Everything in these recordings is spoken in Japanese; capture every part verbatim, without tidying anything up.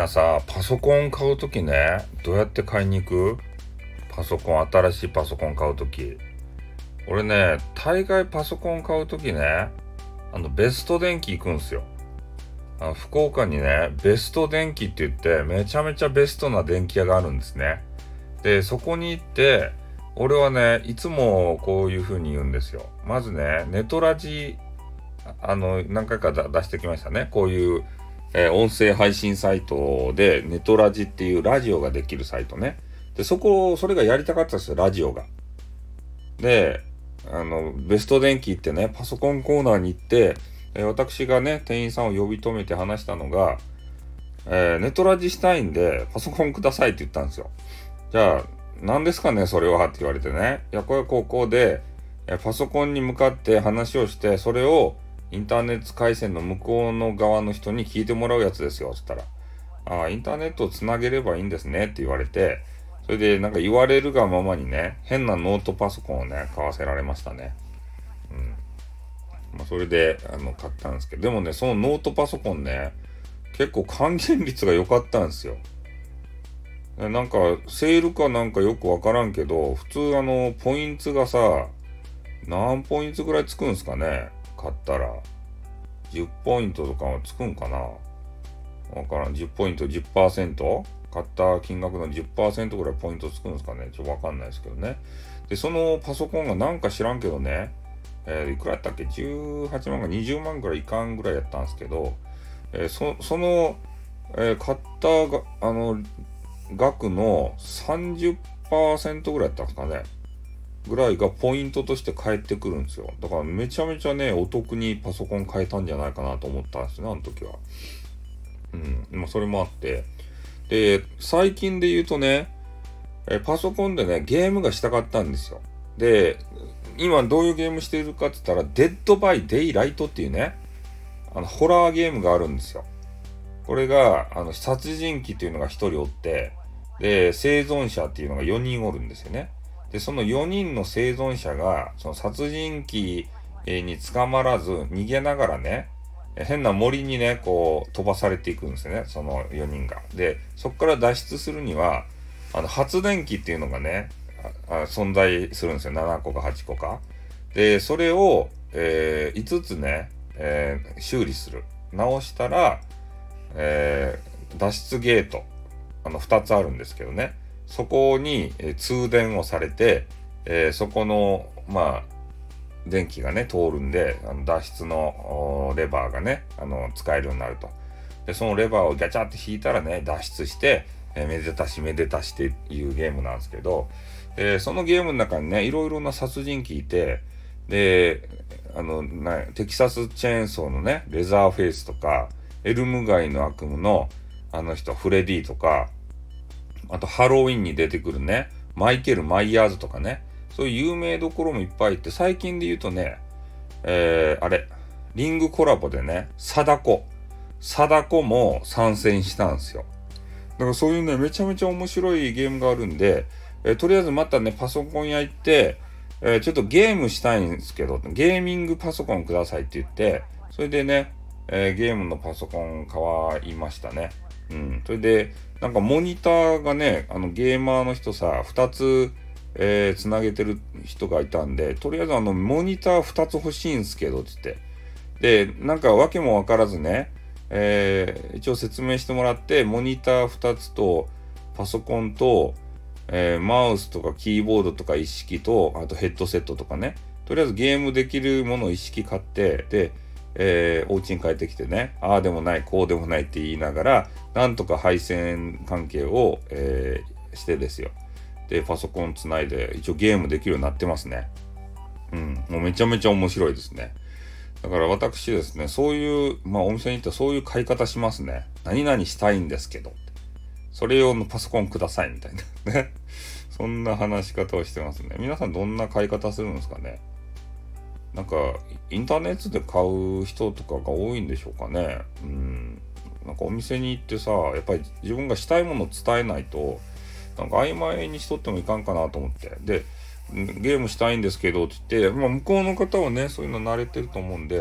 なさ、パソコン買うときね、どうやって買いに行く？パソコン、新しいパソコン買うとき。俺ね、大概パソコン買うときね、あの、ベスト電機行くんすよ。あの福岡にね、ベスト電機って言って、めちゃめちゃベストな電気屋があるんですね。で、そこに行って、俺はね、いつもこういう風に言うんですよ。まずね、ネトラジ、あの、何回か出してきましたね。こういう、えー音声配信サイトで、ネトラジっていうラジオができるサイトね。で、そこ、それがやりたかったんですよ、ラジオが。で、あの、ベスト電機行ってね、パソコンコーナーに行って、えー私がね、店員さんを呼び止めて話したのが、えーネトラジしたいんで、パソコンくださいって言ったんですよ。じゃあ、何ですかね、それはって言われてね。いや、これはここで、えーパソコンに向かって話をして、それをインターネット回線の向こうの側の人に聞いてもらうやつですよ、つったら。ああ、インターネットをつなげればいいんですねって言われて、それでなんか言われるがままにね、変なノートパソコンをね、買わせられましたね。うん。まあ、それで、あの、買ったんですけど、でもね、そのノートパソコンね、結構還元率が良かったんですよ。えなんか、セールかなんかよくわからんけど、普通あの、ポイントがさ、何ポイントぐらいつくんすかね、買ったら。じゅうポイントとかはつくんかな、わからん。じゅうポイント じゅっパーセント？ 買った金額のじゅっパーセントぐらいポイントつくんですかね、ちょっとわかんないですけどね。で、そのパソコンがなんか知らんけどね、えーいくらやったっけ ?じゅうはち 万かにじゅうまんぐらいいかんぐらいやったんですけど、えーそ、その、えー買ったが、あの、額のさんじゅっパーセントぐらいやったんですかね。ぐらいがポイントとして返ってくるんですよ。だからめちゃめちゃね、お得にパソコン買えたんじゃないかなと思ったんですね、あの時は。うん。まあ、それもあって。で、最近で言うとね、えパソコンでね、ゲームがしたかったんですよ。で、今どういうゲームしてるかって言ったら、デッドバイデイライトっていうね、あの、ホラーゲームがあるんですよ。これが、あの、殺人鬼っていうのがひとりおって、で、生存者っていうのがよにんおるんですよね。で、そのよにんの生存者が、その殺人鬼えーに捕まらず逃げながらね、え変な森にね、こう、飛ばされていくんですよね、そのよにんが。で、そこから脱出するには、あの、発電機っていうのがね、ああ存在するんですよ。ななこかはちこか。で、それを、えーいつつね、えー修理する。直したら、えー脱出ゲート、あの、ふたつあるんですけどね。そこに、えー通電をされて、えーそこの、まあ、電気がね、通るんで、あの脱出のおレバーがね、あの、使えるようになると。で、そのレバーをガチャって引いたらね、脱出して、えーめでたしめでたしっていうゲームなんですけど、えーそのゲームの中にね、いろいろな殺人鬼いて、で、あの、なテキサスチェーンソーのね、レザーフェイスとか、エルム街の悪夢のあの人、フレディとか、あとハロウィンに出てくるね、マイケル・マイヤーズとかね、そういう有名どころもいっぱいいて、最近で言うとね、えー、あれ、リングコラボでね、貞子。貞子も参戦したんですよ。だからそういうね、めちゃめちゃ面白いゲームがあるんで、えーとりあえずまたね、パソコン屋行って、えーちょっとゲームしたいんですけど、ゲーミングパソコンくださいって言って、それでね、えーゲームのパソコン買いましたね。うん。それで、なんかモニターがね、あのゲーマーの人さ、ふたつ、えー、つなげてる人がいたんで、とりあえずあの、モニターふたつ欲しいんすけど、つって。で、なんかわけもわからずね、えー一応説明してもらって、モニターふたつと、パソコンと、えーマウスとかキーボードとか一式と、あとヘッドセットとかね、とりあえずゲームできるものを一式買って、で、えーお家に帰ってきてね、ああでもない、こうでもないって言いながら、なんとか配線関係を、えーしてですよ。で、パソコンつないで、一応ゲームできるようになってますね。うん。もうめちゃめちゃ面白いですね。だから私ですね、そういう、まあお店に行ったらそういう買い方しますね。何々したいんですけど。それ用のパソコンくださいみたいな。ね。そんな話し方をしてますね。皆さんどんな買い方するんですかね。なんか、インターネットで買う人とかが多いんでしょうかね。うん。なんかお店に行ってさ、やっぱり自分がしたいものを伝えないと、なんか曖昧にしとってもいかんかなと思って。で、ゲームしたいんですけどって言って、まあ向こうの方はね、そういうの慣れてると思うんで、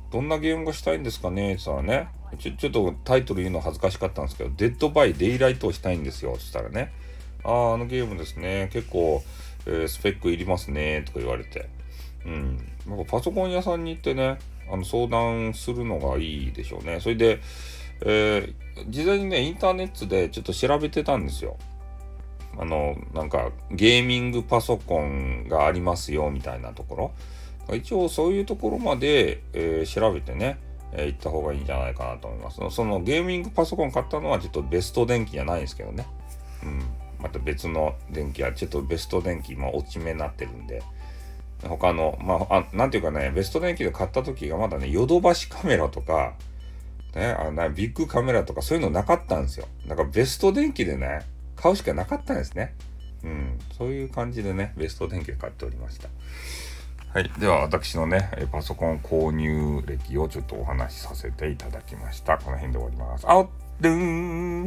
どんなゲームがしたいんですかねって言ったらね、ちょ、ちょっとタイトル言うの恥ずかしかったんですけど、デッドバイデイライトをしたいんですよ。そしたらね、ああ、あのゲームですね。結構、えースペックいりますね。とか言われて。うん。なんかパソコン屋さんに行ってね、あの相談するのがいいでしょうね。それで、えー、事前にね、インターネットでちょっと調べてたんですよ。あの、なんか、ゲーミングパソコンがありますよ、みたいなところ。一応、そういうところまで、えー調べてね、えー行った方がいいんじゃないかなと思います。そのゲーミングパソコン買ったのは、ちょっとベスト電気じゃないんですけどね。うん。また別の電気は、ちょっとベスト電気、まあ、落ち目になってるんで、他の、まあ、あなんていうかね、ベスト電気で買った時がまだね、ヨドバシカメラとか、ね、あのビッグカメラとかそういうのなかったんですよ。だからベスト電気でね、買うしかなかったんですね。うん。そういう感じでね、ベスト電気で買っておりました。はい。では、私のね、パソコン購入歴をちょっとお話しさせていただきました。この辺で終わります。あっ、でーん。